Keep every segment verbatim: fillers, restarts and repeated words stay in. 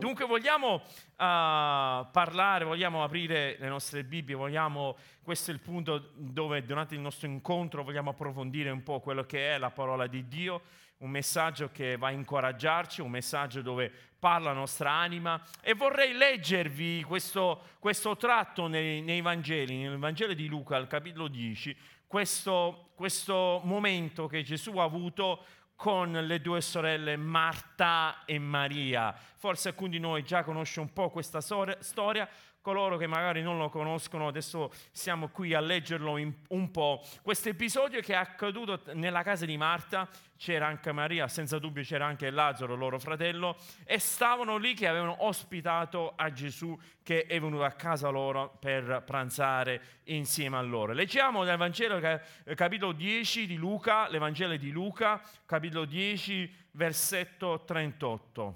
Dunque vogliamo uh, parlare, vogliamo aprire le nostre Bibbie, vogliamo, questo è il punto dove durante il nostro incontro vogliamo approfondire un po' quello che è la parola di Dio, un messaggio che va a incoraggiarci, un messaggio dove parla la nostra anima, e vorrei leggervi questo, questo tratto nei, nei Vangeli, nel Vangelo di Luca, al capitolo dieci, questo, questo momento che Gesù ha avuto con le due sorelle Marta e Maria. Forse alcuni di noi già conoscono un po' questa storia, coloro che magari non lo conoscono adesso siamo qui a leggerlo in, un po'. Questo episodio che è accaduto nella casa di Marta, c'era anche Maria, senza dubbio c'era anche Lazzaro, loro fratello, e stavano lì che avevano ospitato a Gesù che è venuto a casa loro per pranzare insieme a loro. Leggiamo dal Vangelo capitolo dieci di Luca, l'Evangelo di Luca, capitolo dieci, versetto trentotto.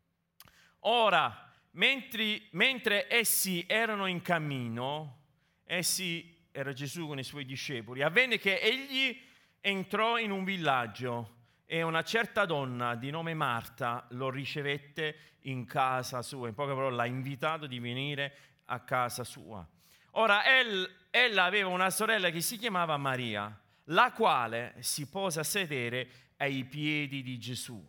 Ora, Mentre, mentre essi erano in cammino, essi era Gesù con i suoi discepoli, avvenne che egli entrò in un villaggio e una certa donna di nome Marta lo ricevette in casa sua. In poche parole, l'ha invitato di venire a casa sua. Ora, el, ella aveva una sorella che si chiamava Maria, la quale si pose a sedere ai piedi di Gesù.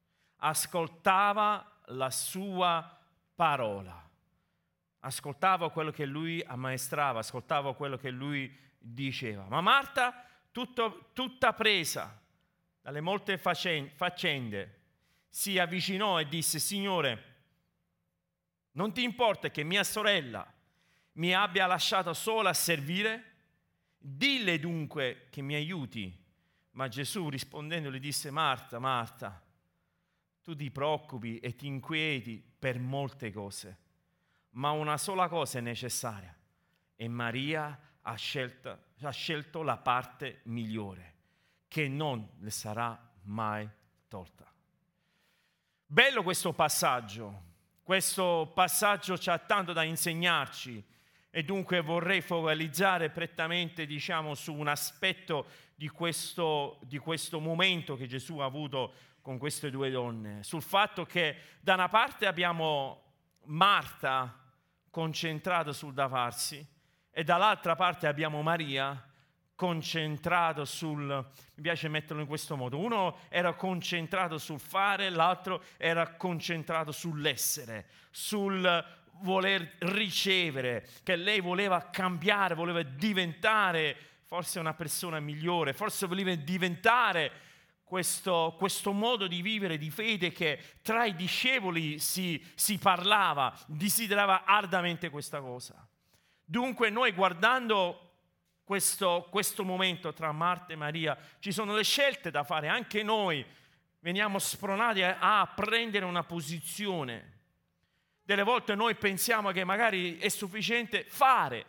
Ascoltava la sua parola, ascoltava quello che lui ammaestrava, ascoltava quello che lui diceva. Ma Marta, tutto, tutta presa dalle molte faccende, si avvicinò e disse: Signore, non ti importa che mia sorella mi abbia lasciato sola a servire? Dille dunque che mi aiuti. Ma Gesù rispondendo le disse: Marta, Marta, tu ti preoccupi e ti inquieti per molte cose, ma una sola cosa è necessaria, e Maria ha scelto, ha scelto la parte migliore, che non le sarà mai tolta. Bello questo passaggio, questo passaggio c'ha tanto da insegnarci, e dunque vorrei focalizzare prettamente, diciamo, su un aspetto di questo, di questo momento che Gesù ha avuto con queste due donne, sul fatto che da una parte abbiamo Marta concentrata sul da farsi e dall'altra parte abbiamo Maria concentrata sul, mi piace metterlo in questo modo, uno era concentrato sul fare, l'altro era concentrato sull'essere, sul voler ricevere, che lei voleva cambiare, voleva diventare forse una persona migliore, forse voleva diventare Questo, questo modo di vivere di fede che tra i discepoli si, si parlava, desiderava ardamente questa cosa. Dunque noi guardando questo, questo momento tra Marta e Maria, ci sono le scelte da fare, anche noi veniamo spronati a, a prendere una posizione. Delle volte noi pensiamo che magari è sufficiente fare,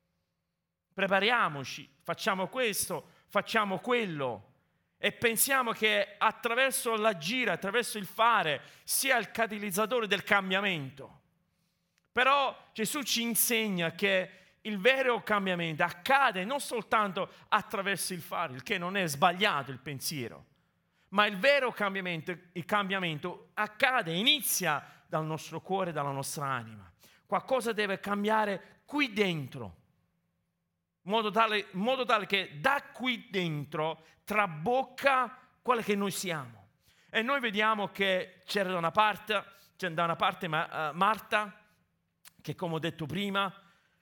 prepariamoci, facciamo questo, facciamo quello, e pensiamo che attraverso l'agire, attraverso il fare, sia il catalizzatore del cambiamento. Però Gesù ci insegna che il vero cambiamento accade non soltanto attraverso il fare, il che non è sbagliato il pensiero, ma il vero cambiamento, il cambiamento accade, inizia dal nostro cuore, dalla nostra anima. Qualcosa deve cambiare qui dentro, in modo tale, in modo tale che da qui dentro trabocca quello che noi siamo. E noi vediamo che c'era da una parte, c'è da una parte Marta, che come ho detto prima,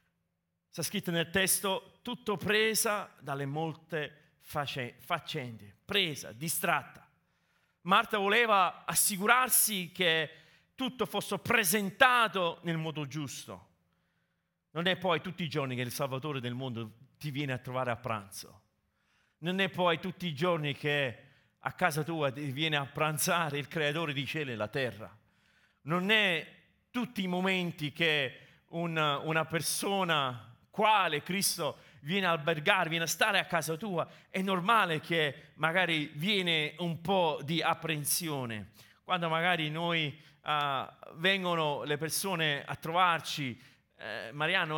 sta scritto nel testo, tutto presa dalle molte faccende, presa, distratta. Marta voleva assicurarsi che tutto fosse presentato nel modo giusto. Non è poi tutti i giorni che il Salvatore del mondo ti viene a trovare a pranzo. Non è poi tutti i giorni che a casa tua ti viene a pranzare il creatore di cielo e la terra. Non è tutti i momenti che una, una persona quale Cristo viene a albergare, viene a stare a casa tua. È normale che magari viene un po' di apprensione. Quando magari noi uh, vengono le persone a trovarci, eh, Mariano,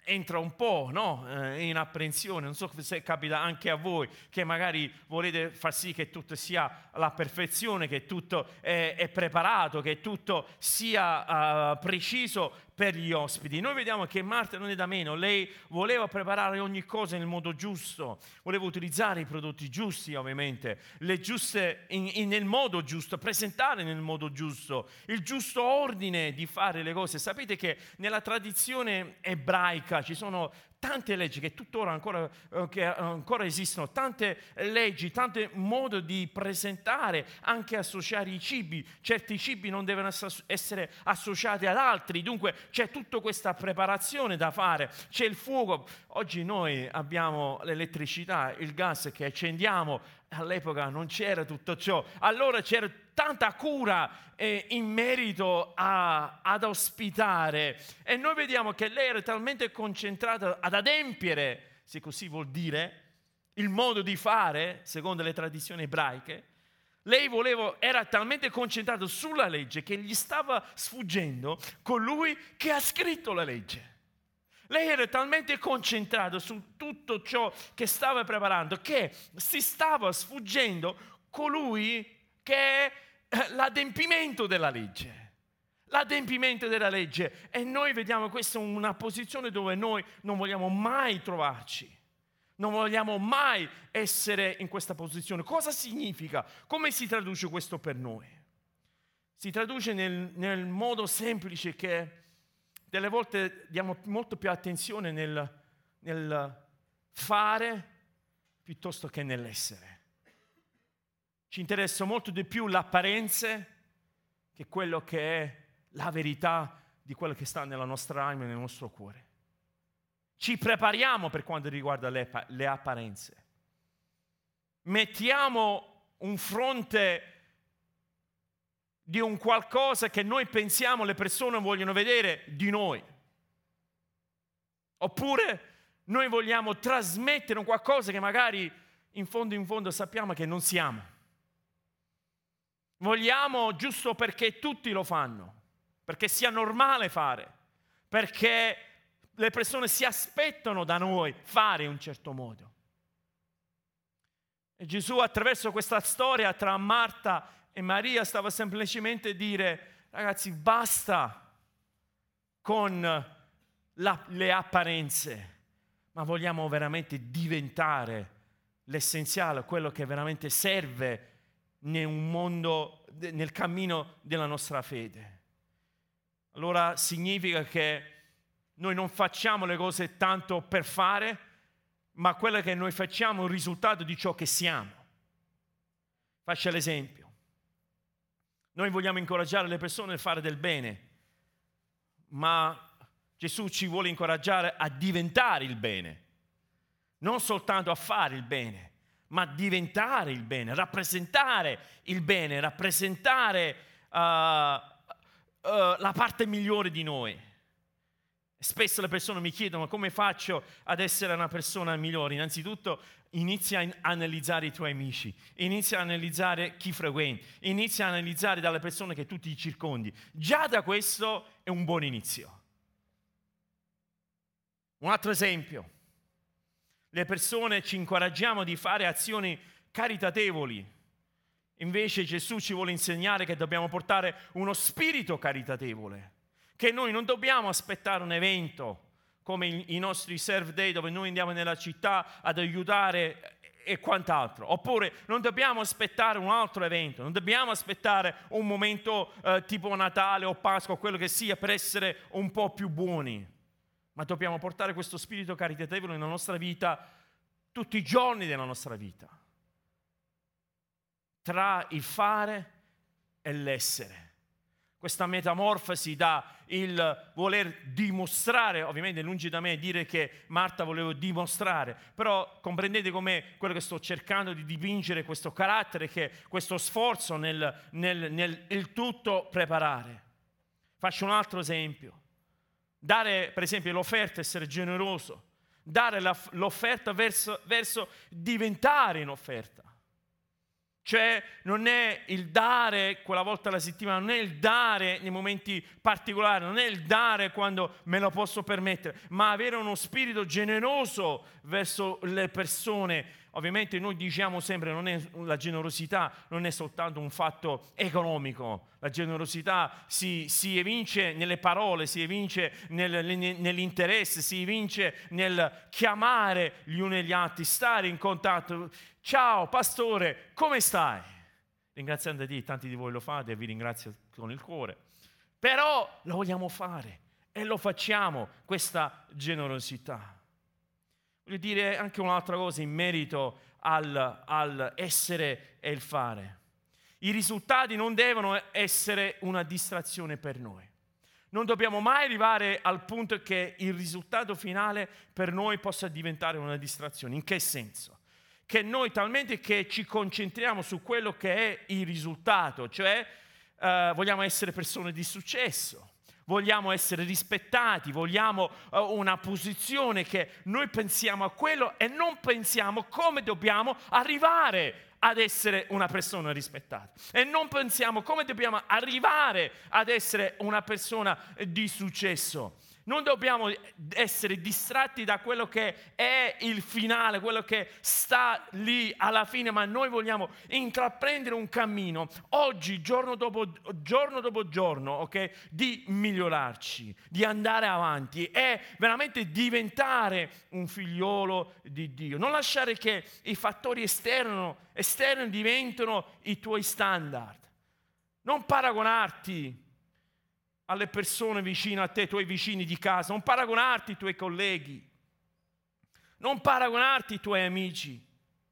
entra un po', no? eh, in apprensione. Non so se capita anche a voi, che magari volete far sì che tutto sia alla perfezione, che tutto è, è preparato, che tutto sia uh, preciso per gli ospiti. Noi vediamo che Marta non è da meno, lei voleva preparare ogni cosa nel modo giusto, voleva utilizzare i prodotti giusti, ovviamente, le giuste, in, in, nel modo giusto, presentare nel modo giusto, il giusto ordine di fare le cose. Sapete che nella tradizione ebraica ci sono tante leggi che tuttora ancora, eh, che ancora esistono, tante leggi, tanti modi di presentare, anche associare i cibi. Certi cibi non devono essere associati ad altri, dunque c'è tutta questa preparazione da fare, c'è il fuoco. Oggi noi abbiamo l'elettricità, il gas che accendiamo, all'epoca non c'era tutto ciò, allora c'era tanta cura eh, in merito a, ad ospitare, e noi vediamo che lei era talmente concentrata ad adempiere, se così vuol dire, il modo di fare secondo le tradizioni ebraiche. Lei voleva, era talmente concentrata sulla legge che gli stava sfuggendo colui che ha scritto la legge. Lei era talmente concentrata su tutto ciò che stava preparando che si stava sfuggendo colui che è l'adempimento della legge. L'adempimento della legge. E noi vediamo questa è una posizione dove noi non vogliamo mai trovarci. Non vogliamo mai essere in questa posizione. Cosa significa? Come si traduce questo per noi? Si traduce nel, nel modo semplice che delle volte diamo molto più attenzione nel, nel fare piuttosto che nell'essere. Ci interessa molto di più l'apparenza che quello che è la verità di quello che sta nella nostra anima e nel nostro cuore. Ci prepariamo per quanto riguarda le, le apparenze. Mettiamo un fronte di un qualcosa che noi pensiamo le persone vogliono vedere di noi. Oppure noi vogliamo trasmettere un qualcosa che magari in fondo in fondo sappiamo che non siamo. Vogliamo giusto perché tutti lo fanno, perché sia normale fare, perché le persone si aspettano da noi fare in un certo modo. E Gesù attraverso questa storia tra Marta e Maria stava semplicemente a dire: ragazzi, basta con la, le apparenze, ma vogliamo veramente diventare l'essenziale, quello che veramente serve in un mondo, nel cammino della nostra fede. Allora significa che noi non facciamo le cose tanto per fare, ma quello che noi facciamo è il risultato di ciò che siamo. Faccio l'esempio. Noi vogliamo incoraggiare le persone a fare del bene, ma Gesù ci vuole incoraggiare a diventare il bene, non soltanto a fare il bene, ma diventare il bene, rappresentare il bene, rappresentare uh, uh, la parte migliore di noi. Spesso le persone mi chiedono: ma come faccio ad essere una persona migliore? Innanzitutto inizia a analizzare i tuoi amici, inizia a analizzare chi frequenti, inizia a analizzare dalle persone che tu ti circondi. Già da questo è un buon inizio. Un altro esempio. Le persone ci incoraggiamo di fare azioni caritatevoli. Invece Gesù ci vuole insegnare che dobbiamo portare uno spirito caritatevole, che noi non dobbiamo aspettare un evento come i nostri serve day dove noi andiamo nella città ad aiutare e quant'altro, oppure non dobbiamo aspettare un altro evento, non dobbiamo aspettare un momento eh, tipo Natale o Pasqua o quello che sia per essere un po' più buoni. Ma dobbiamo portare questo spirito caritatevole nella nostra vita tutti i giorni della nostra vita, tra il fare e l'essere. Questa metamorfosi da il voler dimostrare, ovviamente lungi da me dire che Marta voleva dimostrare, però comprendete com'è quello che sto cercando di dipingere, questo carattere, che questo sforzo nel, nel, nel il tutto preparare. Faccio un altro esempio. Dare, per esempio, l'offerta, essere generoso, dare la, l'offerta verso, verso diventare in offerta. Cioè non è il dare quella volta alla settimana, non è il dare nei momenti particolari, non è il dare quando me lo posso permettere, ma avere uno spirito generoso verso le persone. Ovviamente noi diciamo sempre che la generosità non è soltanto un fatto economico, la generosità si, si evince nelle parole, si evince nel, nell'interesse, si evince nel chiamare gli uni e gli altri, stare in contatto. Ciao pastore, come stai? Ringraziando Dio, tanti di voi lo fate e vi ringrazio con il cuore. Però lo vogliamo fare e lo facciamo, questa generosità. Voglio dire anche un'altra cosa in merito al, al essere e il fare. I risultati non devono essere una distrazione per noi. Non dobbiamo mai arrivare al punto che il risultato finale per noi possa diventare una distrazione. In che senso? Che noi talmente che ci concentriamo su quello che è il risultato, cioè eh, vogliamo essere persone di successo, vogliamo essere rispettati, vogliamo uh, una posizione che noi pensiamo a quello e non pensiamo come dobbiamo arrivare ad essere una persona rispettata. E non pensiamo come dobbiamo arrivare ad essere una persona di successo. Non dobbiamo essere distratti da quello che è il finale, quello che sta lì alla fine, ma noi vogliamo intraprendere un cammino oggi, giorno dopo giorno, dopo giorno, okay, di migliorarci, di andare avanti e veramente diventare un figliolo di Dio. Non lasciare che i fattori esterni, esterni diventino i tuoi standard. Non paragonarti alle persone vicine a te, i tuoi vicini di casa, non paragonarti ai tuoi colleghi, non paragonarti ai tuoi amici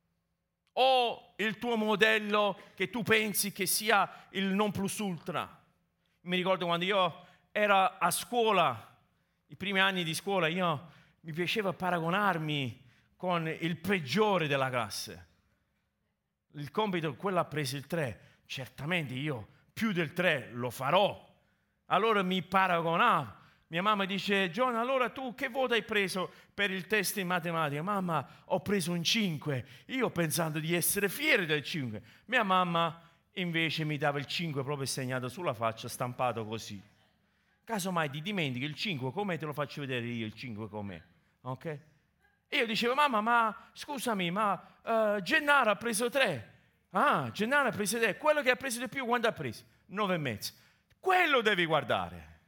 o il tuo modello che tu pensi che sia il non plus ultra. Mi ricordo quando io ero a scuola, i primi anni di scuola, io mi piaceva paragonarmi con il peggiore della classe. Il compito, quello ha preso il tre, certamente io più del tre lo farò. Allora mi paragonavo. Mia mamma dice: John, allora tu che voto hai preso per il test in matematica? Mamma, ho preso un cinque. Io pensando di essere fiero del cinque. Mia mamma invece mi dava il cinque proprio segnato sulla faccia, stampato così. Casomai ti dimentichi il cinque, com'è? Te lo faccio vedere io il cinque com'è. Ok? E io dicevo: mamma, ma scusami, ma uh, Gennaro ha preso tre. Ah, Gennaro ha preso tre. Quello che ha preso di più quanto ha preso? nove e mezzo. Quello devi guardare.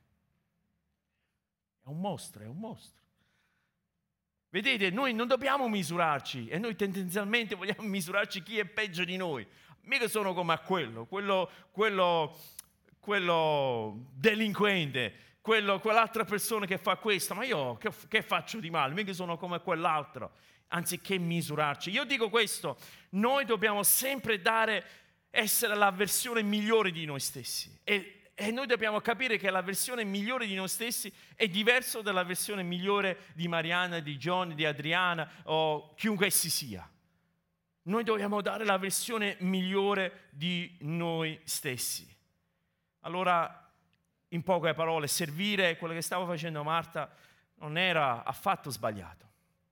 È un mostro, è un mostro. Vedete, noi non dobbiamo misurarci e noi tendenzialmente vogliamo misurarci chi è peggio di noi. Mica sono come a quello, quello, quello, quello delinquente, quello, quell'altra persona che fa questo, ma io che, che faccio di male? Mica sono come quell'altro. Anziché misurarci. Io dico questo, noi dobbiamo sempre dare, essere la versione migliore di noi stessi. E E noi dobbiamo capire che la versione migliore di noi stessi è diversa dalla versione migliore di Mariana, di John, di Adriana o chiunque essi sia. Noi dobbiamo dare la versione migliore di noi stessi. Allora, in poche parole, servire quello che stava facendo Marta non era affatto sbagliato.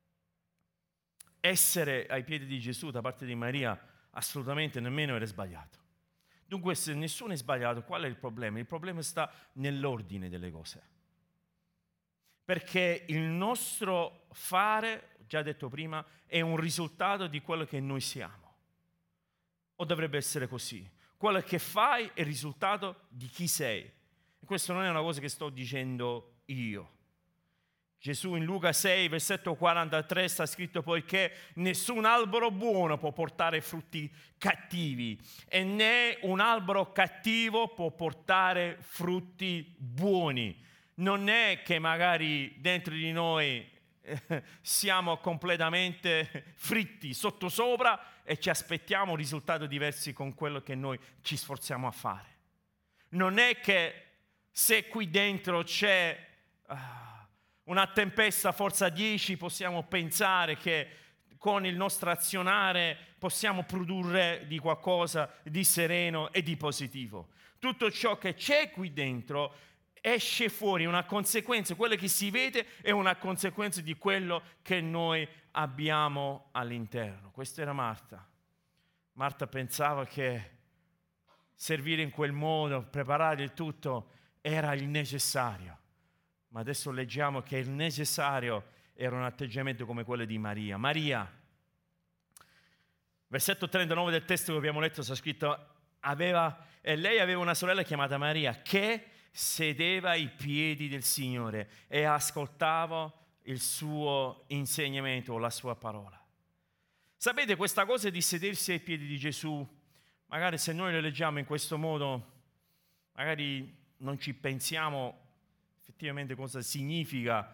Essere ai piedi di Gesù da parte di Maria assolutamente nemmeno era sbagliato. Dunque, se nessuno è sbagliato, qual è il problema? Il problema sta nell'ordine delle cose. Perché il nostro fare, ho già detto prima, è un risultato di quello che noi siamo. O dovrebbe essere così. Quello che fai è il risultato di chi sei. E questa non è una cosa che sto dicendo io. Gesù in Luca sei, versetto quarantatré sta scritto: poiché nessun albero buono può portare frutti cattivi e né un albero cattivo può portare frutti buoni. Non è che magari dentro di noi eh, siamo completamente fritti sottosopra e ci aspettiamo risultati diversi con quello che noi ci sforziamo a fare. Non è che se qui dentro c'è Uh, una tempesta forza dieci, possiamo pensare che con il nostro azionare possiamo produrre di qualcosa di sereno e di positivo. Tutto ciò che c'è qui dentro esce fuori, una conseguenza, quello che si vede è una conseguenza di quello che noi abbiamo all'interno. Questa era Marta. Marta pensava che servire in quel modo, preparare il tutto, era il necessario. Ma adesso leggiamo che il necessario era un atteggiamento come quello di Maria. Maria, versetto trentanove del testo che abbiamo letto, sta scritto, aveva, e lei aveva una sorella chiamata Maria, che sedeva ai piedi del Signore e ascoltava il suo insegnamento o la sua parola. Sapete, questa cosa di sedersi ai piedi di Gesù, magari se noi lo leggiamo in questo modo, magari non ci pensiamo effettivamente cosa significa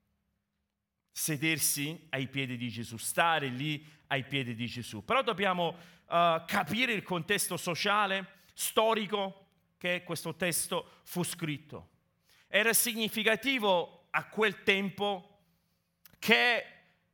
sedersi ai piedi di Gesù, stare lì ai piedi di Gesù. Però dobbiamo uh, capire il contesto sociale, storico che questo testo fu scritto. Era significativo a quel tempo che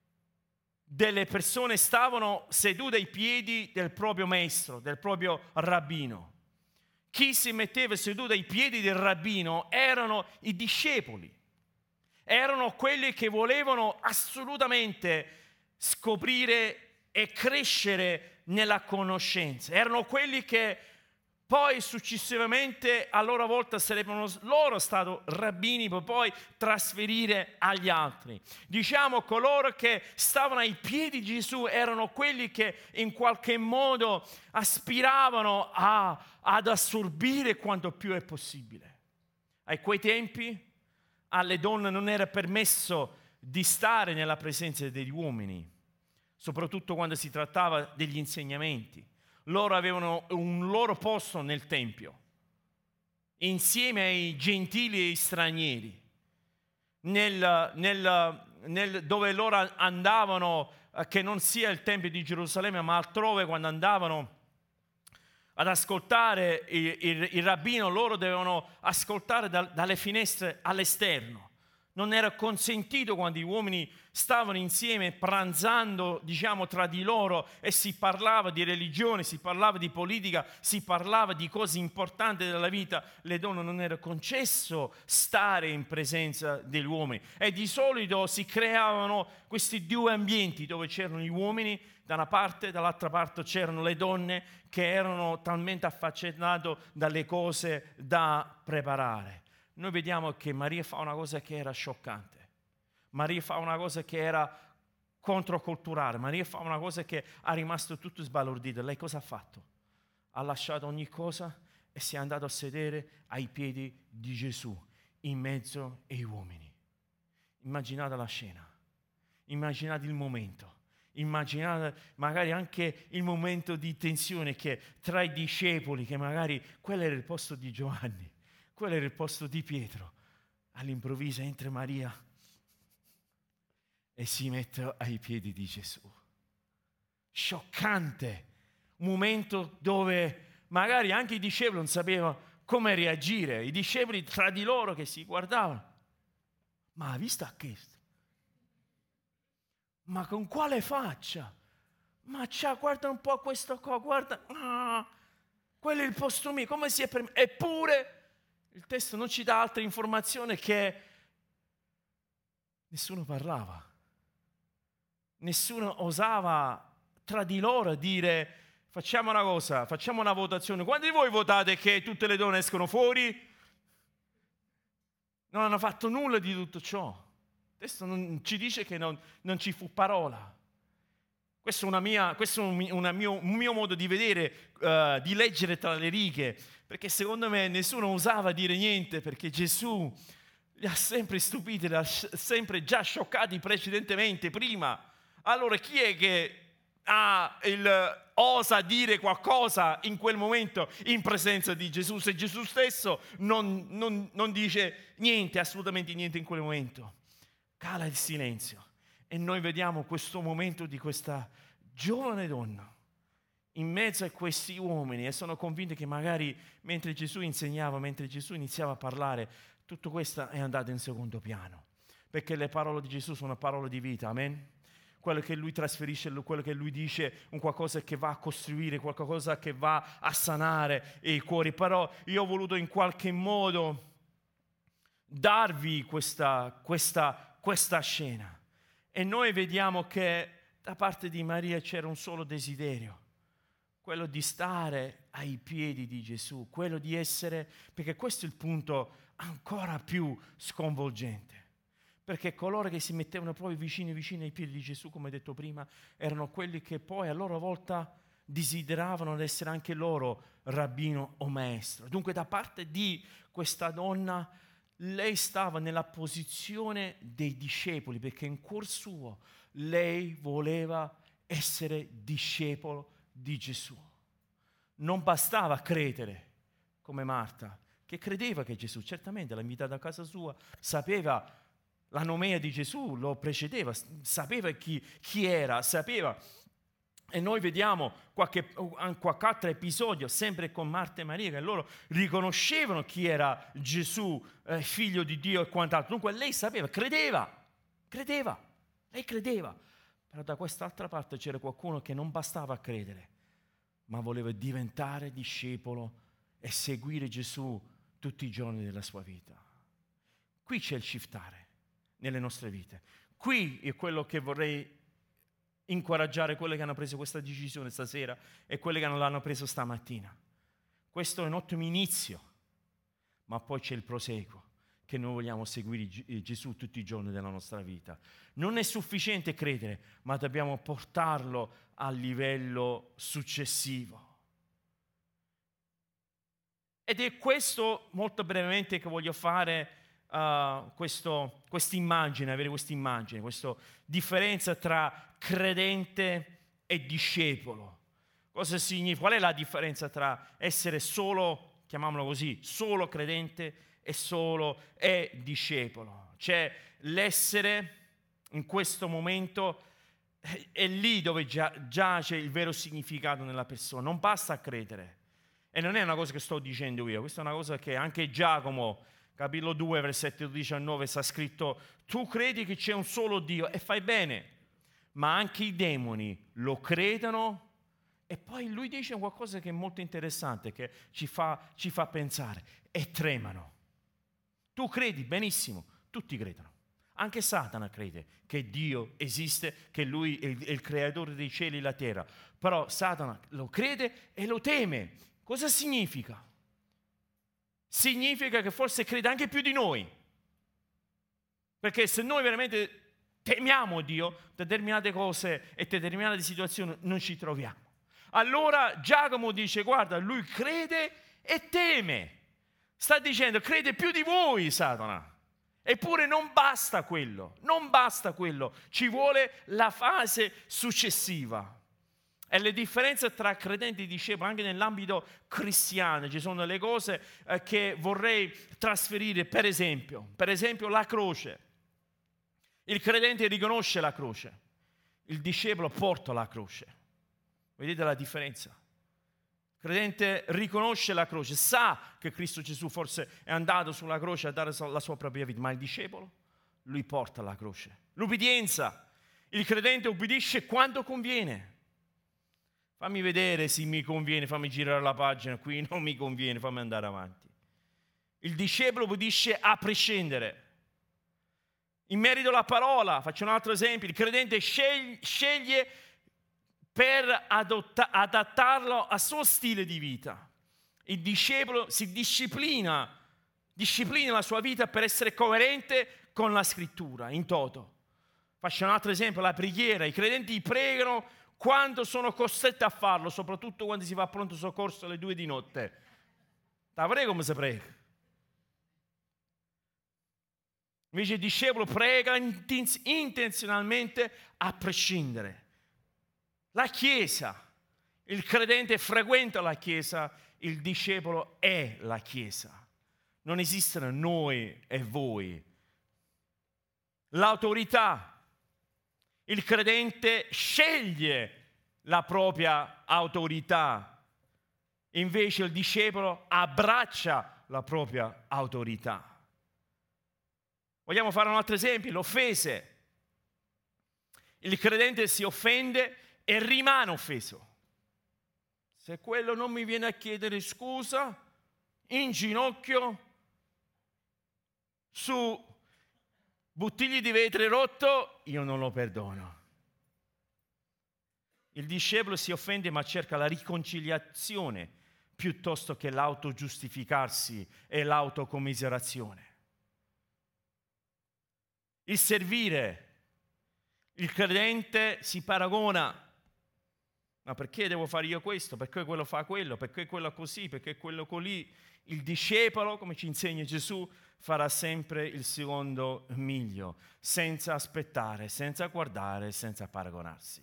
delle persone stavano sedute ai piedi del proprio maestro, del proprio rabbino. Chi si metteva seduto ai piedi del rabbino erano i discepoli, erano quelli che volevano assolutamente scoprire e crescere nella conoscenza, erano quelli che poi successivamente a loro volta sarebbero loro stati rabbini per poi trasferire agli altri. Diciamo coloro che stavano ai piedi di Gesù erano quelli che in qualche modo aspiravano a, ad assorbire quanto più è possibile. A quei tempi alle donne non era permesso di stare nella presenza degli uomini, soprattutto quando si trattava degli insegnamenti. Loro avevano un loro posto nel Tempio, insieme ai gentili e ai stranieri, nel, nel, nel, dove loro andavano, che non sia il Tempio di Gerusalemme, ma altrove, quando andavano ad ascoltare il, il, il rabbino, loro dovevano ascoltare da, dalle finestre all'esterno. Non era consentito quando gli uomini stavano insieme pranzando, diciamo, tra di loro e si parlava di religione, si parlava di politica, si parlava di cose importanti della vita. Le donne non era concesso stare in presenza degli uomini e di solito si creavano questi due ambienti dove c'erano gli uomini da una parte, dall'altra parte c'erano le donne che erano talmente affaccentate dalle cose da preparare. Noi vediamo che Maria fa una cosa che era scioccante. Maria fa una cosa che era controculturale. Maria fa una cosa che ha rimasto tutto sbalordito. Lei cosa ha fatto? Ha lasciato ogni cosa e si è andato a sedere ai piedi di Gesù, in mezzo ai uomini. Immaginate la scena. Immaginate il momento. Immaginate magari anche il momento di tensione che tra i discepoli, che magari quello era il posto di Giovanni, quello era il posto di Pietro. All'improvviso entra Maria e si mette ai piedi di Gesù. Scioccante. Un momento dove magari anche i discepoli non sapevano come reagire. I discepoli tra di loro che si guardavano. Ma ha visto questo? Ma con quale faccia? Ma c'ha, guarda un po' questo qua, guarda. Ah, quello è il posto mio. Come si è per me? Eppure il testo non ci dà altre informazioni che nessuno parlava. Nessuno osava tra di loro dire facciamo una cosa, facciamo una votazione. Quanti di voi votate che tutte le donne escono fuori? Non hanno fatto nulla di tutto ciò. Il testo non ci dice che non, non ci fu parola. Questo è, una mia, questo è un, una mio, un mio modo di vedere, uh, di leggere tra le righe, perché secondo me nessuno osava dire niente, perché Gesù li ha sempre stupiti, li ha sempre già scioccati precedentemente, prima. Allora chi è che ha il, osa dire qualcosa in quel momento in presenza di Gesù, se Gesù stesso non, non, non dice niente, assolutamente niente in quel momento? Cala il silenzio e noi vediamo questo momento di questa giovane donna in mezzo a questi uomini, e sono convinto che magari mentre Gesù insegnava, mentre Gesù iniziava a parlare, tutto questo è andato in secondo piano, perché le parole di Gesù sono parole di vita, amen? Quello che lui trasferisce, quello che lui dice, un qualcosa che va a costruire, qualcosa che va a sanare i cuori. Però io ho voluto in qualche modo darvi questa, questa, questa scena, e noi vediamo che da parte di Maria c'era un solo desiderio, quello di stare ai piedi di Gesù, quello di essere, perché questo è il punto ancora più sconvolgente. Perché coloro che si mettevano proprio vicini vicini ai piedi di Gesù, come detto prima, erano quelli che poi a loro volta desideravano essere anche loro rabbino o maestro. Dunque da parte di questa donna, lei stava nella posizione dei discepoli, perché in cuor suo lei voleva essere discepolo di Gesù. Non bastava credere come Marta, che credeva che Gesù, certamente l'ha invitata a casa sua, sapeva la nomea di Gesù, lo precedeva, sapeva chi, chi era, sapeva. E noi vediamo qualche, qualche altro episodio, sempre con Marta e Maria, che loro riconoscevano chi era Gesù, eh, figlio di Dio e quant'altro. Dunque lei sapeva, credeva, credeva, lei credeva. Però da quest'altra parte c'era qualcuno che non bastava credere, ma voleva diventare discepolo e seguire Gesù tutti i giorni della sua vita. Qui c'è il shiftare nelle nostre vite. Qui è quello che vorrei incoraggiare quelli che hanno preso questa decisione stasera e quelli che non l'hanno preso stamattina. Questo è un ottimo inizio, ma poi c'è il proseguo, che noi vogliamo seguire Gesù tutti i giorni della nostra vita. Non è sufficiente credere, ma dobbiamo portarlo al livello successivo. Ed è questo, molto brevemente, che voglio fare, uh, questa immagine, avere questa immagine, questa differenza tra credente e discepolo. Cosa significa? Qual è la differenza tra essere solo, chiamiamolo così, solo credente e solo e discepolo? Cioè l'essere in questo momento è lì dove giace il vero significato nella persona. Non basta credere. E non è una cosa che sto dicendo io, questa è una cosa che anche Giacomo, capitolo due, versetto diciannove, sta scritto: tu credi che c'è un solo Dio e fai bene, ma anche i demoni lo credono. E poi lui dice qualcosa che è molto interessante, che ci fa, ci fa pensare, e tremano. Tu credi, benissimo, tutti credono. Anche Satana crede che Dio esiste, che Lui è il, è il creatore dei cieli e la terra. Però Satana lo crede e lo teme. Cosa significa? Significa che forse crede anche più di noi. Perché se noi veramente temiamo Dio, determinate cose e determinate situazioni non ci troviamo. Allora Giacomo dice: guarda, lui crede e teme. Sta dicendo, crede più di voi Satana. Eppure non basta quello, non basta quello, ci vuole la fase successiva. E le differenze tra credenti e discepoli, anche nell'ambito cristiano, ci sono delle cose eh, che vorrei trasferire, per esempio, per esempio la croce. Il credente riconosce la croce, il discepolo porta la croce. Vedete la differenza? Il credente riconosce la croce, sa che Cristo Gesù forse è andato sulla croce a dare la sua propria vita, ma il discepolo, lui porta la croce. L'ubbidienza, il credente ubbidisce quando conviene. Fammi vedere se mi conviene, fammi girare la pagina, qui non mi conviene, fammi andare avanti. Il discepolo ubbidisce a prescindere. In merito alla parola, faccio un altro esempio, il credente sceglie, sceglie per adotta, adattarlo al suo stile di vita. Il discepolo si disciplina, disciplina la sua vita per essere coerente con la scrittura, in toto. Faccio un altro esempio, la preghiera. I credenti pregano quando sono costretti a farlo, soprattutto quando si va a pronto soccorso alle due di notte. Te prego come si prega. Invece il discepolo prega intenzionalmente a prescindere. La Chiesa, il credente frequenta la Chiesa, il discepolo è la Chiesa. Non esistono noi e voi. L'autorità, il credente sceglie la propria autorità, invece il discepolo abbraccia la propria autorità. Vogliamo fare un altro esempio? L'offese. Il credente si offende e rimane offeso. Se quello non mi viene a chiedere scusa, in ginocchio, su bottiglie di vetro rotto, io non lo perdono. Il discepolo si offende ma cerca la riconciliazione piuttosto che l'autogiustificarsi e l'autocommiserazione. Il servire, il credente si paragona. Ma perché devo fare io questo? Perché quello fa quello? Perché quello così? Perché quello colì? Il discepolo, come ci insegna Gesù, farà sempre il secondo miglio, senza aspettare, senza guardare, senza paragonarsi.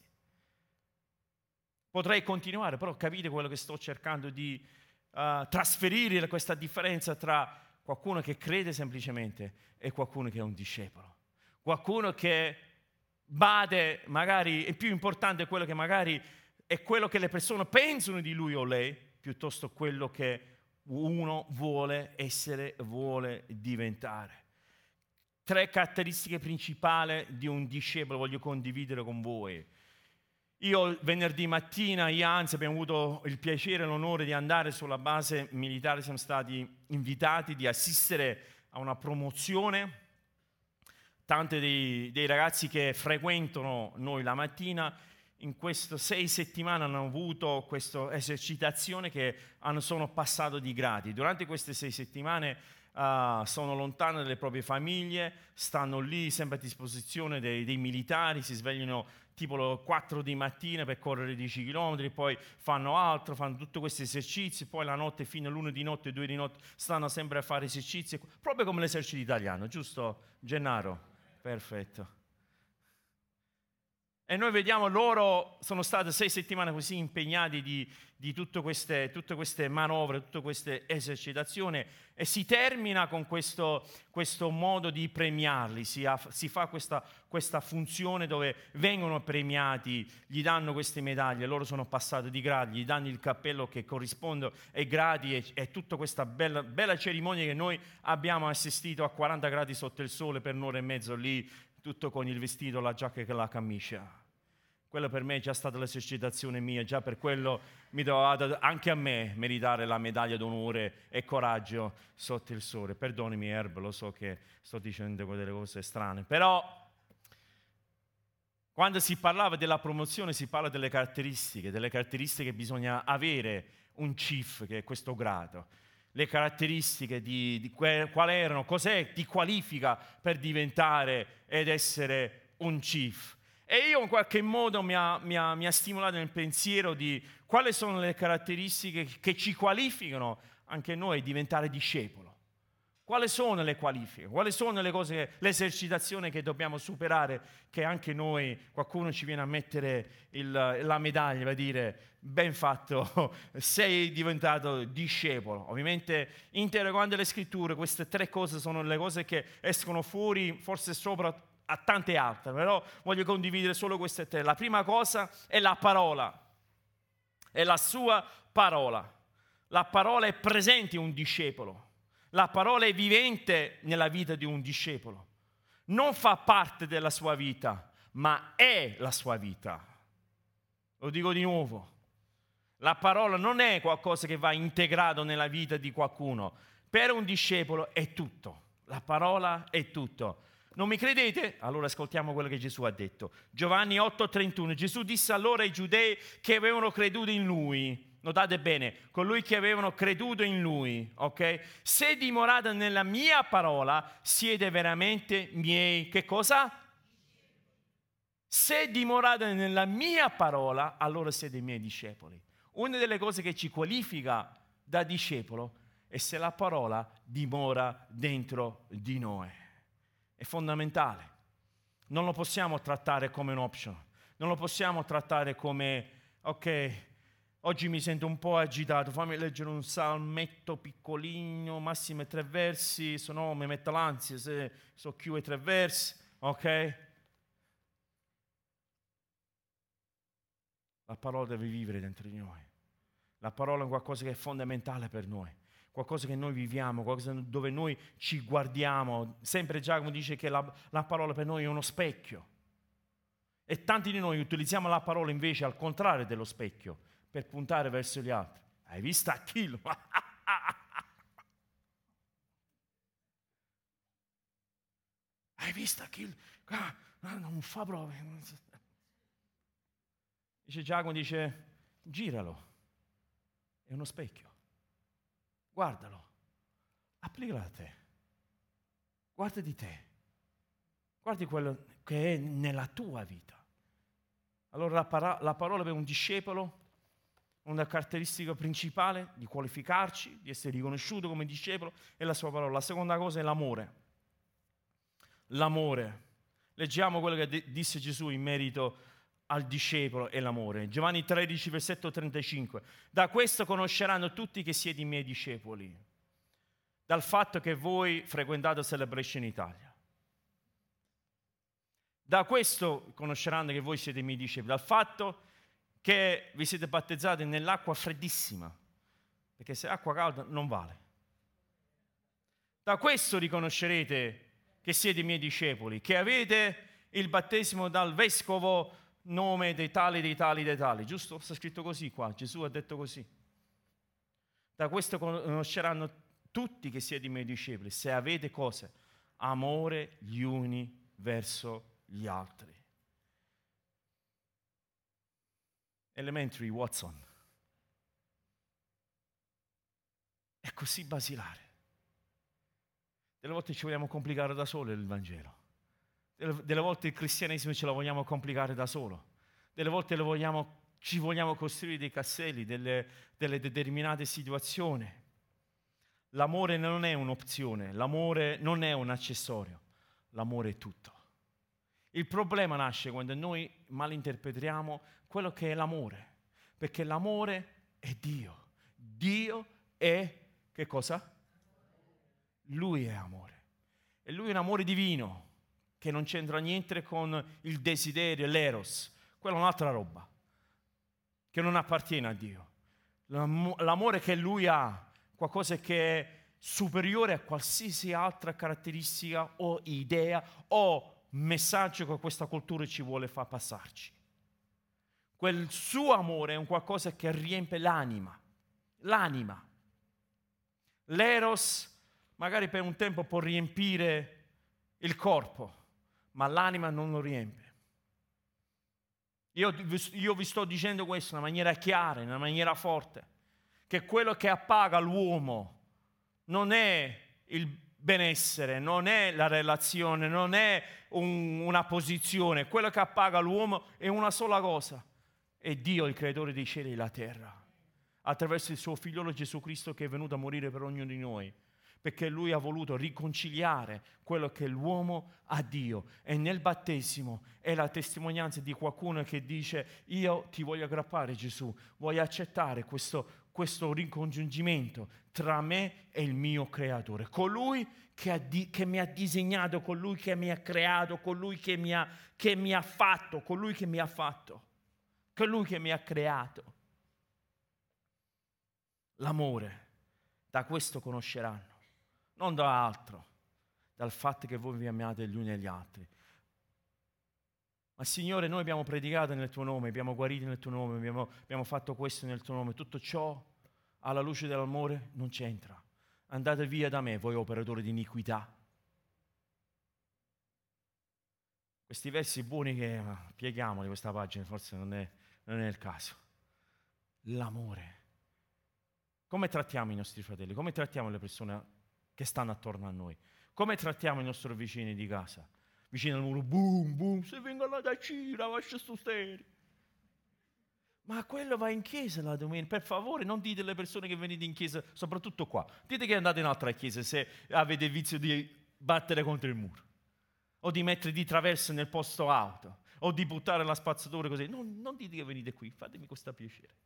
Potrei continuare, però capite quello che sto cercando di uh, trasferire, questa differenza tra qualcuno che crede semplicemente e qualcuno che è un discepolo. Qualcuno che bade, magari è più importante quello che magari è quello che le persone pensano di lui o lei, piuttosto quello che uno vuole essere, vuole diventare. Tre caratteristiche principali di un discepolo voglio condividere con voi. Io venerdì mattina, io anzi abbiamo avuto il piacere e l'onore di andare sulla base militare, siamo stati invitati di assistere a una promozione. Tanti dei, dei ragazzi che frequentano noi la mattina in queste sei settimane hanno avuto questa esercitazione che hanno, sono passato di gradi. Durante queste sei settimane uh, sono lontani dalle proprie famiglie, stanno lì sempre a disposizione dei, dei militari, si svegliano tipo le quattro di mattina per correre dieci chilometri, poi fanno altro, fanno tutti questi esercizi, poi la notte fino all'una di notte, due di notte stanno sempre a fare esercizi, proprio come l'esercito italiano, giusto Gennaro? Perfetto. E noi vediamo loro sono state sei settimane così impegnati di, di tutte, queste, tutte queste manovre, tutte queste esercitazioni e si termina con questo, questo modo di premiarli, si, ha, si fa questa, questa funzione dove vengono premiati, gli danno queste medaglie, loro sono passati di gradi, gli danno il cappello che corrisponde ai gradi e, e tutta questa bella, bella cerimonia che noi abbiamo assistito a quaranta gradi sotto il sole per un'ora e mezzo lì, tutto con il vestito, la giacca e la camicia. Quello per me è già stata l'esercitazione mia, già per quello mi doveva anche a me meritare la medaglia d'onore e coraggio sotto il sole. Perdonami Erb, lo so che sto dicendo delle cose strane, però quando si parlava della promozione si parla delle caratteristiche, delle caratteristiche che bisogna avere un chief, che è questo grado. Le caratteristiche di, di que, quali erano, cos'è ti qualifica per diventare ed essere un chief. E io in qualche modo mi ha, mi, ha, mi ha stimolato nel pensiero di quali sono le caratteristiche che ci qualificano anche noi a diventare discepolo. Quali sono le qualifiche? Quali sono le cose, l'esercitazione che dobbiamo superare, che anche noi, qualcuno ci viene a mettere il, la medaglia, per dire, ben fatto, sei diventato discepolo. Ovviamente, interrogando le scritture, queste tre cose sono le cose che escono fuori, forse sopra a tante altre, però voglio condividere solo queste tre. La prima cosa è la parola, è la sua parola. La parola è presente in un discepolo. La parola è vivente nella vita di un discepolo. Non fa parte della sua vita, ma è la sua vita. Lo dico di nuovo. La parola non è qualcosa che va integrato nella vita di qualcuno. Per un discepolo è tutto. La parola è tutto. Non mi credete? Allora ascoltiamo quello che Gesù ha detto. Giovanni otto trentuno. Gesù disse allora ai giudei che avevano creduto in lui. Notate bene, colui che avevano creduto in lui, ok? Se dimorate nella mia parola, siete veramente miei, che cosa? Se dimorate nella mia parola, allora siete miei discepoli. Una delle cose che ci qualifica da discepolo è se la parola dimora dentro di noi. È fondamentale. Non lo possiamo trattare come un option. Non lo possiamo trattare come, ok, oggi mi sento un po' agitato, fammi leggere un salmetto piccolino, massimo tre versi, se no mi metto l'ansia se so chiudere tre versi, ok? La parola deve vivere dentro di noi. La parola è qualcosa che è fondamentale per noi, qualcosa che noi viviamo, qualcosa dove noi ci guardiamo. Sempre Giacomo dice che la, la parola per noi è uno specchio. E tanti di noi utilizziamo la parola invece al contrario dello specchio, per puntare verso gli altri. Hai visto Achille? Hai visto Achille? Ah, non fa proprio. Dice Giacomo, dice, giralo, è uno specchio, guardalo, applicalo a te, guarda di te, guardi quello che è nella tua vita. Allora la, para- la parola per un discepolo, una caratteristica principale di qualificarci, di essere riconosciuto come discepolo, è la sua parola. La seconda cosa è l'amore. L'amore. Leggiamo quello che de- disse Gesù in merito al discepolo e l'amore. Giovanni tredici, versetto trentacinque. Da questo conosceranno tutti che siete i miei discepoli, dal fatto che voi frequentate Celebration Italia. Da questo conosceranno che voi siete i miei discepoli, dal fatto che vi siete battezzati nell'acqua freddissima, perché se acqua calda non vale. Da questo riconoscerete che siete i miei discepoli, che avete il battesimo dal vescovo nome dei tali, dei tali, dei tali. Giusto? Sta scritto così qua, Gesù ha detto così. Da questo conosceranno tutti che siete i miei discepoli, se avete cose, amore gli uni verso gli altri. Elementary, Watson. È così basilare. Delle volte ci vogliamo complicare da solo il Vangelo. Delle, delle volte il cristianesimo ce lo vogliamo complicare da solo. Delle volte lo vogliamo, ci vogliamo costruire dei castelli, delle, delle determinate situazioni. L'amore non è un'opzione, l'amore non è un accessorio, l'amore è tutto. Il problema nasce quando noi malinterpretiamo quello che è l'amore, perché l'amore è Dio. Dio è che cosa? Lui è amore. E lui è un amore divino, che non c'entra niente con il desiderio, l'eros. Quella è un'altra roba, che non appartiene a Dio. L'amore che lui ha, qualcosa che è superiore a qualsiasi altra caratteristica o idea o messaggio che questa cultura ci vuole far passarci. Quel suo amore è un qualcosa che riempie l'anima. L'anima. L'eros magari per un tempo può riempire il corpo, ma l'anima non lo riempie. Io, io vi sto dicendo questo in una maniera chiara, in una maniera forte, che quello che appaga l'uomo non è il benessere, non è la relazione, non è un, una posizione. Quello che appaga l'uomo è una sola cosa: è Dio, il creatore dei cieli e della terra, attraverso il suo figliolo Gesù Cristo, che è venuto a morire per ognuno di noi, perché lui ha voluto riconciliare quello che l'uomo ha Dio. E nel battesimo è la testimonianza di qualcuno che dice: io ti voglio aggrappare, Gesù, voglio accettare questo, questo ricongiungimento tra me e il mio creatore, colui che, ha di, che mi ha disegnato, colui che mi ha creato, colui che mi ha, che mi ha fatto, colui che mi ha fatto, colui che mi ha creato. L'amore, da questo conosceranno, non da altro, dal fatto che voi vi amiate gli uni agli altri. Ma Signore, noi abbiamo predicato nel tuo nome, abbiamo guarito nel tuo nome, abbiamo, abbiamo fatto questo nel tuo nome. Tutto ciò, alla luce dell'amore, non c'entra. Andate via da me, voi operatori di iniquità. Questi versi buoni che pieghiamoli questa pagina, forse non è, non è il caso. L'amore. Come trattiamo i nostri fratelli? Come trattiamo le persone che stanno attorno a noi? Come trattiamo i nostri vicini di casa? Vicino al muro, boom, boom, se vengono da Cira, lascia sto stereo. Ma quello va in chiesa la domenica. Per favore, non dite alle persone che venite in chiesa, soprattutto qua. Dite che andate in altra chiesa se avete il vizio di battere contro il muro, o di mettere di traverso nel posto auto, o di buttare la spazzatura così. Non, non dite che venite qui, fatemi questo piacere.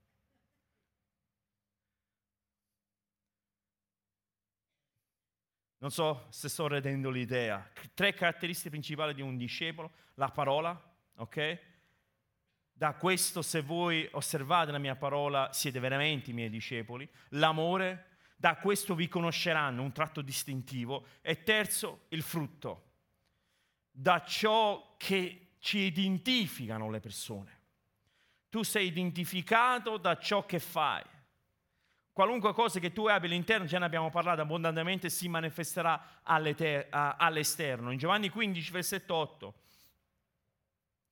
Non so se sto rendendo l'idea. Tre caratteristiche principali di un discepolo: la parola, ok? Da questo, se voi osservate la mia parola, siete veramente i miei discepoli. L'amore, da questo vi conosceranno, un tratto distintivo. E terzo, il frutto, da ciò che ci identificano le persone. Tu sei identificato da ciò che fai. Qualunque cosa che tu abbia all'interno, già ne abbiamo parlato abbondantemente, si manifesterà all'esterno. In Giovanni quindici, versetto otto.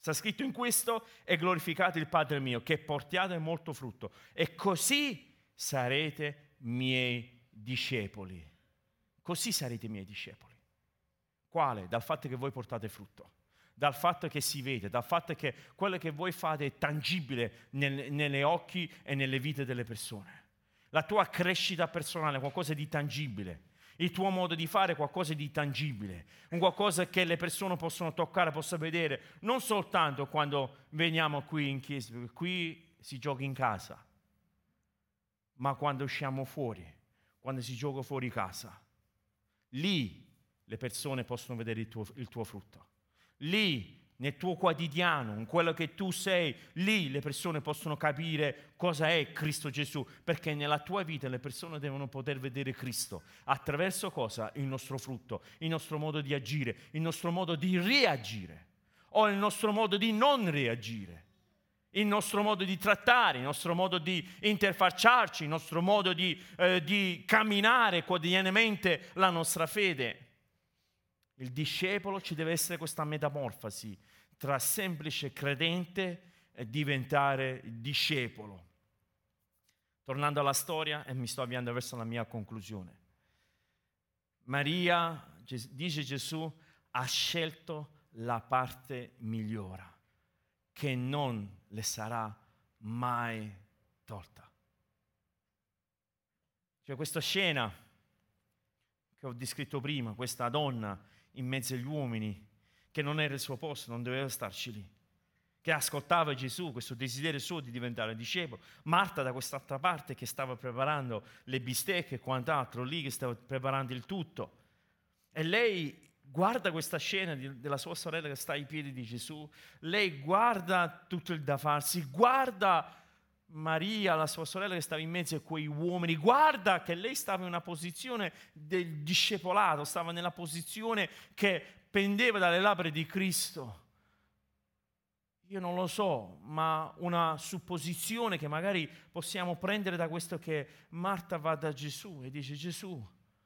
Sta scritto in questo: e glorificate il Padre mio, che portiate molto frutto, e così sarete miei discepoli. Così sarete miei discepoli. Quale? Dal fatto che voi portate frutto, dal fatto che si vede, dal fatto che quello che voi fate è tangibile nel, nelle occhi e nelle vite delle persone. La tua crescita personale è qualcosa di tangibile. Il tuo modo di fare è qualcosa di tangibile, un qualcosa che le persone possono toccare, possono vedere, non soltanto quando veniamo qui in chiesa, perché qui si gioca in casa, ma quando usciamo fuori, quando si gioca fuori casa. Lì le persone possono vedere il tuo, il tuo frutto. Lì, nel tuo quotidiano, in quello che tu sei, lì le persone possono capire cosa è Cristo Gesù, perché nella tua vita le persone devono poter vedere Cristo. Attraverso cosa? Il nostro frutto, il nostro modo di agire, il nostro modo di reagire, o il nostro modo di non reagire, il nostro modo di trattare, il nostro modo di interfacciarci, il nostro modo di, eh, di camminare quotidianamente la nostra fede. Il discepolo ci deve essere questa metamorfosi tra semplice credente e diventare discepolo. Tornando alla storia, e mi sto avviando verso la mia conclusione. Maria, dice Gesù, ha scelto la parte migliore, che non le sarà mai tolta. Cioè questa scena che ho descritto prima, questa donna in mezzo agli uomini, che non era il suo posto, non doveva starci lì, che ascoltava Gesù, questo desiderio suo di diventare discepolo. Marta da quest'altra parte che stava preparando le bistecche e quant'altro, lì che stava preparando il tutto. E lei guarda questa scena di, della sua sorella che sta ai piedi di Gesù, lei guarda tutto il da farsi, guarda Maria, la sua sorella che stava in mezzo a quei uomini, guarda che lei stava in una posizione del discepolato, stava nella posizione che pendeva dalle labbra di Cristo. Io non lo so, ma una supposizione che magari possiamo prendere da questo che Marta va da Gesù e dice: Gesù,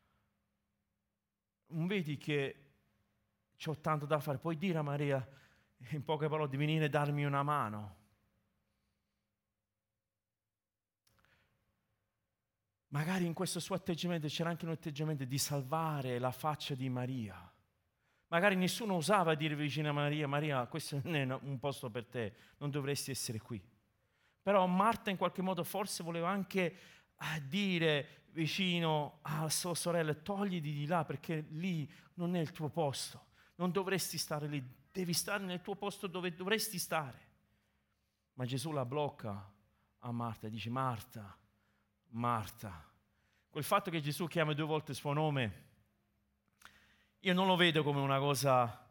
non vedi che c'ho tanto da fare, puoi dire a Maria in poche parole di venire e darmi una mano? Magari in questo suo atteggiamento c'era anche un atteggiamento di salvare la faccia di Maria. Magari nessuno osava dire vicino a Maria: Maria, questo non è un posto per te, non dovresti essere qui. Però Marta in qualche modo forse voleva anche dire vicino a sua sorella: togliti di là perché lì non è il tuo posto, non dovresti stare lì, devi stare nel tuo posto dove dovresti stare. Ma Gesù la blocca a Marta e dice: Marta, Marta. Quel fatto che Gesù chiama due volte il suo nome, io non lo vedo come una cosa,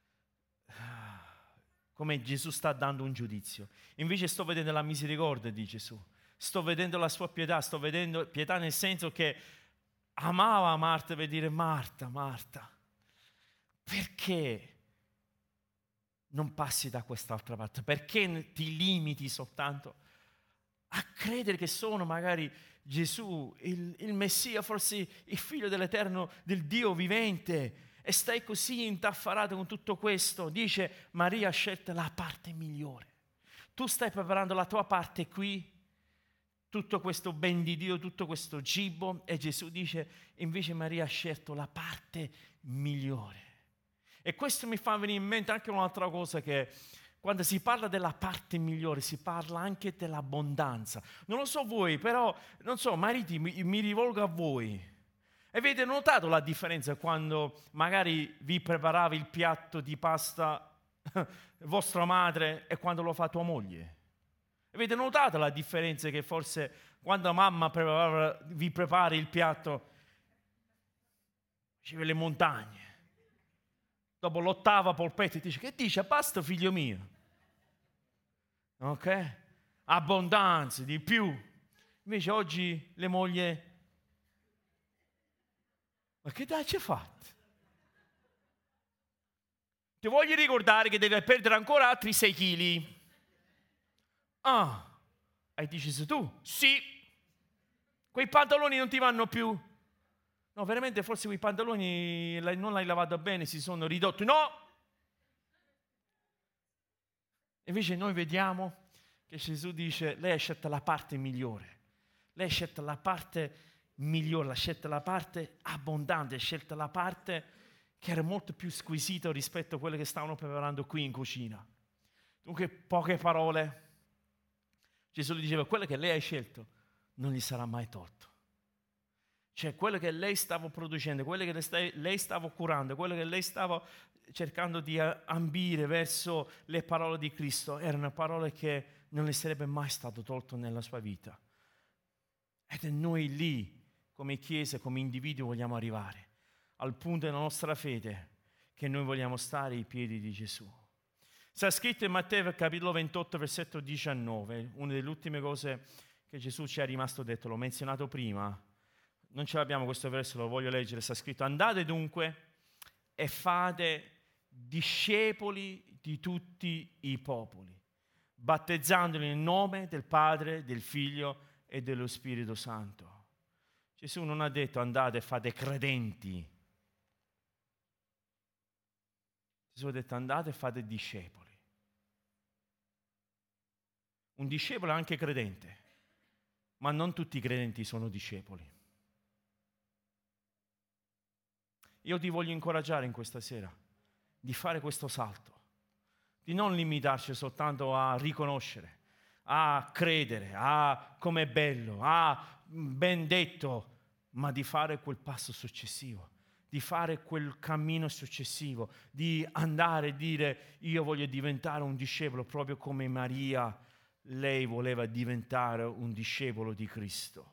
come Gesù sta dando un giudizio. Invece sto vedendo la misericordia di Gesù, sto vedendo la sua pietà, sto vedendo pietà nel senso che amava Marta per dire: Marta, Marta, perché non passi da quest'altra parte? Perché ti limiti soltanto a credere che sono magari Gesù, il, il Messia, forse il figlio dell'Eterno, del Dio vivente, e stai così intaffarato con tutto questo? Dice: Maria ha scelto la parte migliore. Tu stai preparando la tua parte qui, tutto questo ben di Dio, tutto questo cibo, e Gesù dice: invece Maria ha scelto la parte migliore. E questo mi fa venire in mente anche un'altra cosa, che quando si parla della parte migliore si parla anche dell'abbondanza. Non lo so voi, però, non so, mariti, mi, mi rivolgo a voi. Avete notato la differenza quando magari vi preparava il piatto di pasta vostra madre e quando lo fa tua moglie? Avete notato la differenza che forse quando mamma preparava, vi prepara il piatto, faceva le montagne. Dopo l'ottava polpetta dice: che dice? Basta, figlio mio. Ok? Abbondanza, di più. Invece oggi le mogli: ma che dai ci hai fatto? Ti voglio ricordare che devi perdere ancora altri sei chili. Ah, hai deciso tu? Sì. Quei pantaloni non ti vanno più. No, veramente forse quei pantaloni non l'hai lavato bene, si sono ridotti. No! Invece noi vediamo che Gesù dice, lei ha scelto la parte migliore. Lei ha scelto la parte migliore, ha scelto la parte abbondante, ha scelto la parte che era molto più squisita rispetto a quelle che stavano preparando qui in cucina. Dunque, poche parole. Gesù gli diceva, quello che lei ha scelto non gli sarà mai tolto. Cioè, quello che lei stava producendo, quello che lei stava curando, quello che lei stava cercando di ambire verso le parole di Cristo, erano parole che non le sarebbe mai stato tolto nella sua vita. Ed è noi lì, come Chiesa, come individui, vogliamo arrivare al punto della nostra fede che noi vogliamo stare ai piedi di Gesù. Sta scritto in Matteo capitolo ventotto, versetto diciannove, una delle ultime cose che Gesù ci è rimasto detto, l'ho menzionato prima, non ce l'abbiamo questo verso, lo voglio leggere, sta scritto, andate dunque e fate discepoli di tutti i popoli, battezzandoli nel nome del Padre, del Figlio e dello Spirito Santo. Gesù non ha detto andate e fate credenti. Gesù ha detto andate e fate discepoli. Un discepolo è anche credente, ma non tutti i credenti sono discepoli. Io ti voglio incoraggiare in questa sera di fare questo salto, di non limitarci soltanto a riconoscere, a credere, a com'è bello, a ben detto, ma di fare quel passo successivo, di fare quel cammino successivo, di andare e dire io voglio diventare un discepolo proprio come Maria, lei voleva diventare un discepolo di Cristo.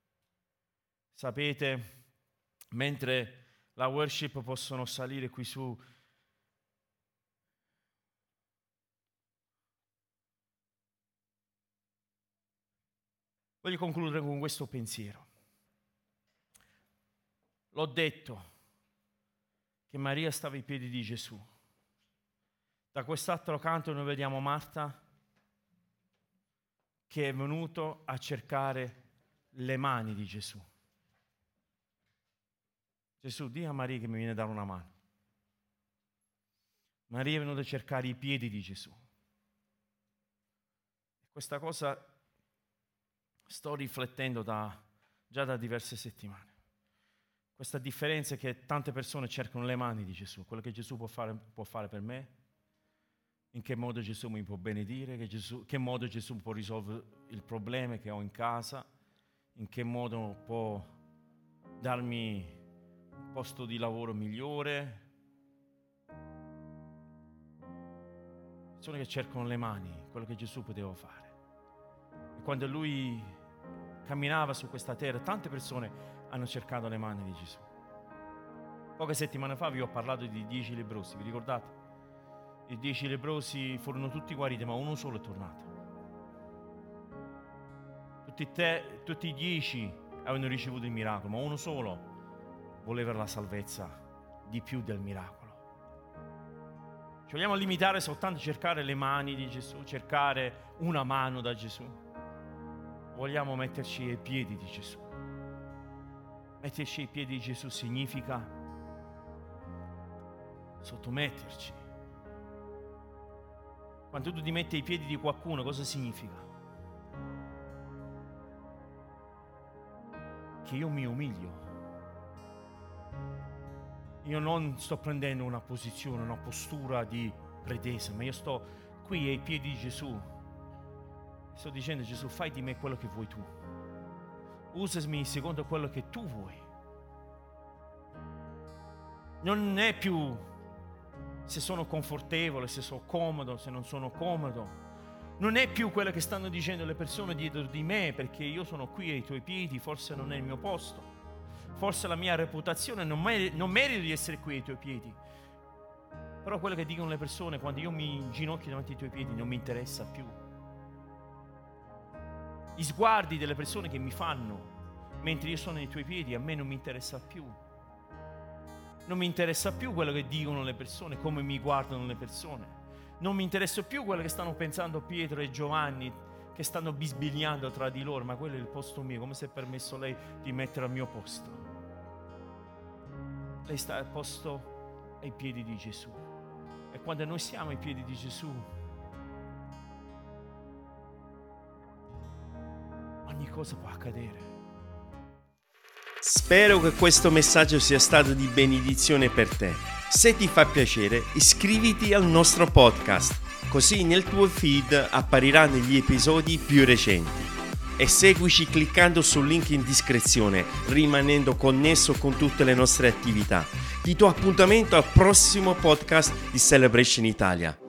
Sapete, mentre la worship possono salire qui su, voglio concludere con questo pensiero. L'ho detto che Maria stava ai piedi di Gesù. Da quest'altro canto noi vediamo Marta che è venuto a cercare le mani di Gesù. Gesù, di a Maria che mi viene a dare una mano. Maria è venuta a cercare i piedi di Gesù. Questa cosa sto riflettendo da, già da diverse settimane. Questa differenza è che tante persone cercano le mani di Gesù, quello che Gesù può fare, può fare per me, in che modo Gesù mi può benedire, che, Gesù, che modo Gesù può risolvere il problema che ho in casa, in che modo può darmi un posto di lavoro migliore. Persone che cercano le mani, quello che Gesù poteva fare. E quando Lui camminava su questa terra, tante persone hanno cercato le mani di Gesù. Poche settimane fa vi ho parlato di dieci lebbrosi, vi ricordate? I dieci lebbrosi furono tutti guariti, ma uno solo è tornato. Tutti, te, tutti i dieci avevano ricevuto il miracolo, ma uno solo voleva la salvezza di più del miracolo. Ci vogliamo limitare soltanto a cercare le mani di Gesù, cercare una mano da Gesù? Vogliamo metterci ai piedi di Gesù. Metterci ai piedi di Gesù significa sottometterci. Quando tu ti metti ai piedi di qualcuno, cosa significa? Che io mi umilio. Io non sto prendendo una posizione, una postura di pretesa, ma io sto qui ai piedi di Gesù. Sto dicendo, Gesù, fai di me quello che vuoi tu. Usami secondo quello che tu vuoi. Non è più se sono confortevole, se sono comodo, se non sono comodo. Non è più quello che stanno dicendo le persone dietro di me, perché io sono qui ai tuoi piedi, forse non è il mio posto. Forse la mia reputazione non, mer- non merito di essere qui ai tuoi piedi. Però quello che dicono le persone quando io mi inginocchio davanti ai tuoi piedi non mi interessa più. Gli sguardi delle persone che mi fanno mentre io sono ai tuoi piedi a me non mi interessa più. Non mi interessa più quello che dicono le persone, come mi guardano le persone. Non mi interessa più quello che stanno pensando Pietro e Giovanni, che stanno bisbigliando tra di loro, ma quello è il posto mio, come se è permesso lei di mettere al mio posto. Lei sta al posto ai piedi di Gesù. E quando noi siamo ai piedi di Gesù, ogni cosa può accadere. Spero che questo messaggio sia stato di benedizione per te. Se ti fa piacere, iscriviti al nostro podcast, così nel tuo feed appariranno gli episodi più recenti. E seguici cliccando sul link in descrizione, rimanendo connesso con tutte le nostre attività. Ti do appuntamento al prossimo podcast di Celebration Italia.